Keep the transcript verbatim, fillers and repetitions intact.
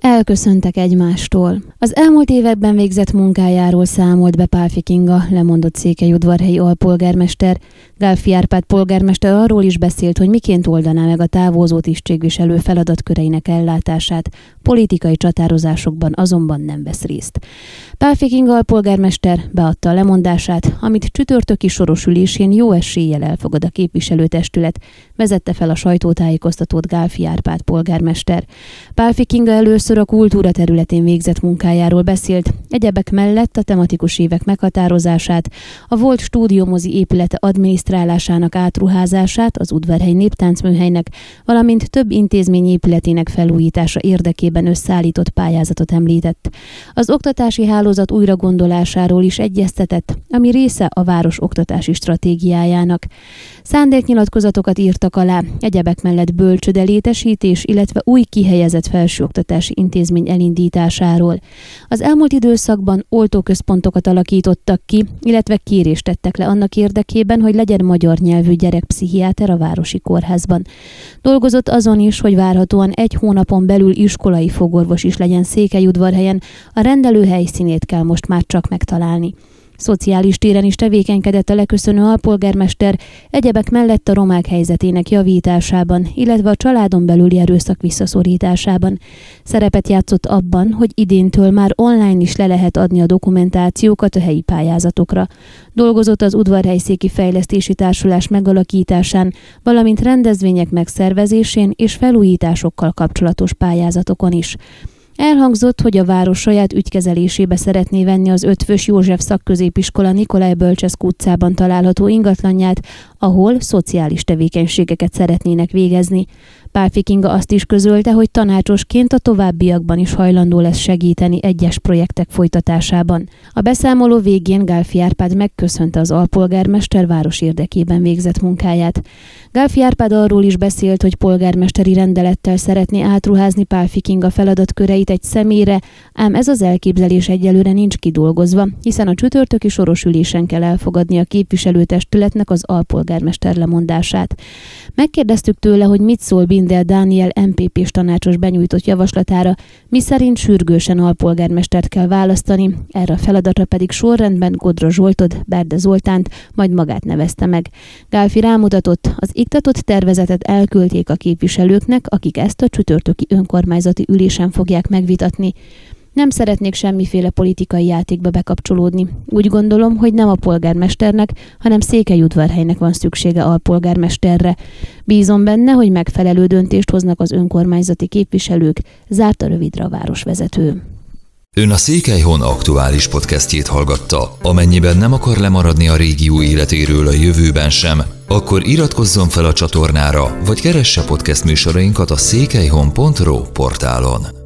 Elköszöntek egymástól. Az elmúlt években végzett munkájáról számolt be Pálffy Kinga, lemondott székelyudvarhelyi alpolgármester. Gálffy Árpád polgármester arról is beszélt, hogy miként oldaná meg a távozó tisztségviselő feladatköreinek ellátását. Politikai csatározásokban azonban nem vesz részt. Pálffy Kinga alpolgármester beadta a lemondását, amit csütörtöki soros ülésén jó eséllyel elfogad a képviselőtestület, vezette fel a sajtótájékoztatót Gálffy Árpád polgármester. Pálffy Kinga először a kultúra területén végzett munkájáról beszélt, egyebek mellett a tematikus évek meghatározását, a volt stúdiómozi épülete adminisztrálásának átruházását az Udvarhely Néptáncműhelynek, valamint több intézmény épületének felújítása érdekében összeállított pályázatot említett. Az oktatási hálózat újragondolásáról is egyeztetett, ami része a város oktatási stratégiájának. Szándéknyilatkozatokat írtak alá, egyebek mellett bölcsőde létesítés, illetve új kihelyezett felsőoktatási intézmény elindításáról. Az elmúlt időszakban oltóközpontokat alakítottak ki, illetve kérést tettek le annak érdekében, hogy legyen magyar nyelvű gyerekpszichiáter a városi kórházban. Dolgozott azon is, hogy várhatóan egy hónapon belül iskolai fogorvos is legyen Székelyudvarhelyen, a rendelő helyszínét kell most már csak megtalálni. Szociális téren is tevékenykedett a leköszönő alpolgármester, egyebek mellett a romák helyzetének javításában, illetve a családon belüli erőszak visszaszorításában. Szerepet játszott abban, hogy idéntől már online is le lehet adni a dokumentációkat a helyi pályázatokra. Dolgozott az Udvarhelyszéki Fejlesztési Társulás megalakításán, valamint rendezvények megszervezésén és felújításokkal kapcsolatos pályázatokon is. Elhangzott, hogy a város saját ügykezelésébe szeretné venni az Ötvös József Szakközépiskola Nikolaj Bölcseszky utcában található ingatlanját, ahol szociális tevékenységeket szeretnének végezni. Pálffy Kinga azt is közölte, hogy tanácsosként a továbbiakban is hajlandó lesz segíteni egyes projektek folytatásában. A beszámoló végén Gálffy Árpád megköszönte az alpolgármester város érdekében végzett munkáját. Gálffy Árpád arról is beszélt, hogy polgármesteri rendelettel szeretné átruházni Pálffy Kinga feladatköreit egy személyre, ám ez az elképzelés egyelőre nincs kidolgozva, hiszen a csütörtöki soros ülésen kell elfogadni a képviselőtestületnek az alpolgármester lemondását. Megkérdeztük tőle, hogy mit szól Bindel Dániel em pé pés tanácsos benyújtott javaslatára, miszerint sürgősen alpolgármestert kell választani, erre a feladatra pedig sorrendben Godra Zsoltot, Berde Zoltánt, majd magát nevezte meg. Gálffy rámutatott, az iktatott tervezetet elküldték a képviselőknek, akik ezt a csütörtöki önkormányzati ülésen fogják megvitatni. Nem szeretnék semmiféle politikai játékba bekapcsolódni. Úgy gondolom, hogy nem a polgármesternek, hanem Székelyudvarhelynek van szüksége alpolgármesterre. Bízom benne, hogy megfelelő döntést hoznak az önkormányzati képviselők, zárta rövidre a városvezető. Ön a Székelyhon aktuális podcastjét hallgatta. Amennyiben nem akar lemaradni a régió életéről a jövőben sem, akkor iratkozzon fel a csatornára, vagy keresse podcast műsorainkat a székelyhon pont ro portálon.